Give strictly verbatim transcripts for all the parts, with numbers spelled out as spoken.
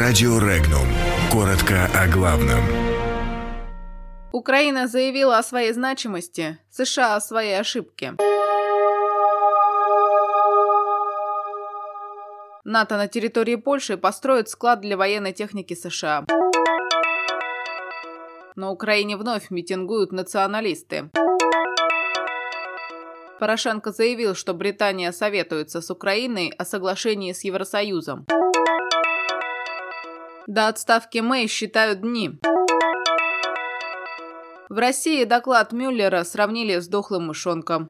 Радио Регнум. Коротко о главном. Украина заявила о своей значимости, США о своей ошибке. НАТО на территории Польши построит склад для военной техники США. На Украине вновь митингуют националисты. Порошенко заявил, что Британия советуется с Украиной о соглашении с Евросоюзом. До отставки Мэй считают дни. В России доклад Мюллера сравнили с дохлым мышонком.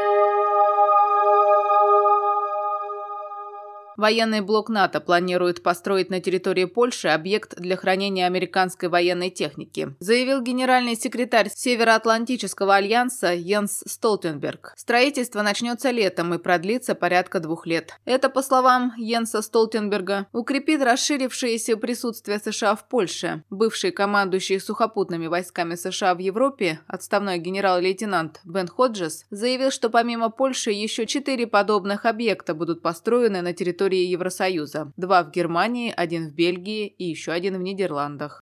Военный блок НАТО планирует построить на территории Польши объект для хранения американской военной техники, заявил генеральный секретарь Североатлантического альянса Йенс Столтенберг. Строительство начнется летом и продлится порядка двух лет. Это, по словам Йенса Столтенберга, укрепит расширившееся присутствие США в Польше. Бывший командующий сухопутными войсками США в Европе, отставной генерал-лейтенант Бен Ходжес, заявил, что помимо Польши еще четыре подобных объекта будут построены на территории Евросоюза. Два в Германии, один в Бельгии и еще один в Нидерландах.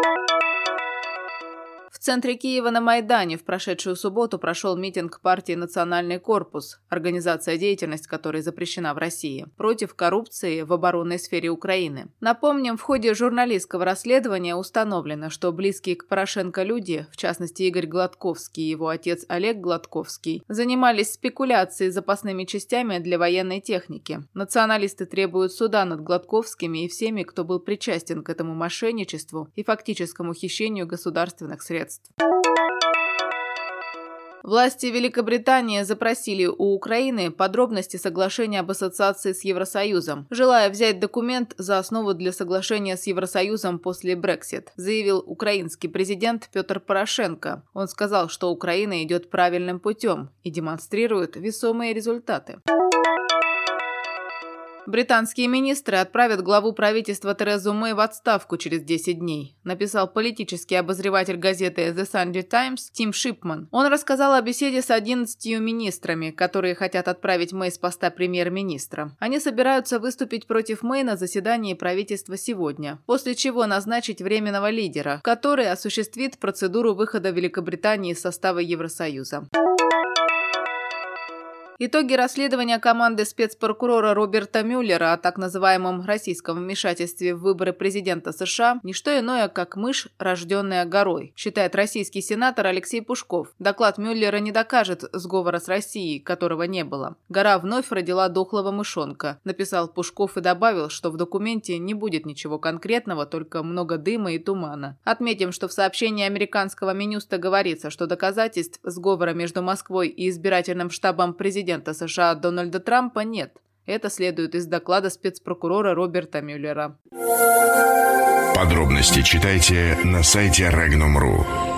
В центре Киева на Майдане в прошедшую субботу прошел митинг партии «Национальный корпус», организация, деятельность которой запрещена в России, против коррупции в оборонной сфере Украины. Напомним, в ходе журналистского расследования установлено, что близкие к Порошенко люди, в частности Игорь Гладковский и его отец Олег Гладковский, занимались спекуляцией с запасными частями для военной техники. Националисты требуют суда над Гладковскими и всеми, кто был причастен к этому мошенничеству и фактическому хищению государственных средств. Власти Великобритании запросили у Украины подробности соглашения об ассоциации с Евросоюзом, желая взять документ за основу для соглашения с Евросоюзом после Brexit, заявил украинский президент Петр Порошенко. Он сказал, что Украина идет правильным путем и демонстрирует весомые результаты. Британские министры отправят главу правительства Терезу Мэй в отставку через десять дней, написал политический обозреватель газеты The Sunday Times Тим Шипман. Он рассказал о беседе с одиннадцатью министрами, которые хотят отправить Мэй с поста премьер-министра. Они собираются выступить против Мэй на заседании правительства сегодня, после чего назначить временного лидера, который осуществит процедуру выхода Великобритании из состава Евросоюза. Итоги расследования команды спецпрокурора Роберта Мюллера о так называемом российском вмешательстве в выборы президента США – не что иное, как мышь, рожденная горой, считает российский сенатор Алексей Пушков. Доклад Мюллера не докажет сговора с Россией, которого не было. Гора вновь родила дохлого мышонка, написал Пушков и добавил, что в документе не будет ничего конкретного, только много дыма и тумана. Отметим, что в сообщении американского Минюста говорится, что доказательств сговора между Москвой и избирательным штабом президента США Дональда Трампа нет. Это следует из доклада спецпрокурора Роберта Мюллера. Подробности читайте на сайте регнум точка ру.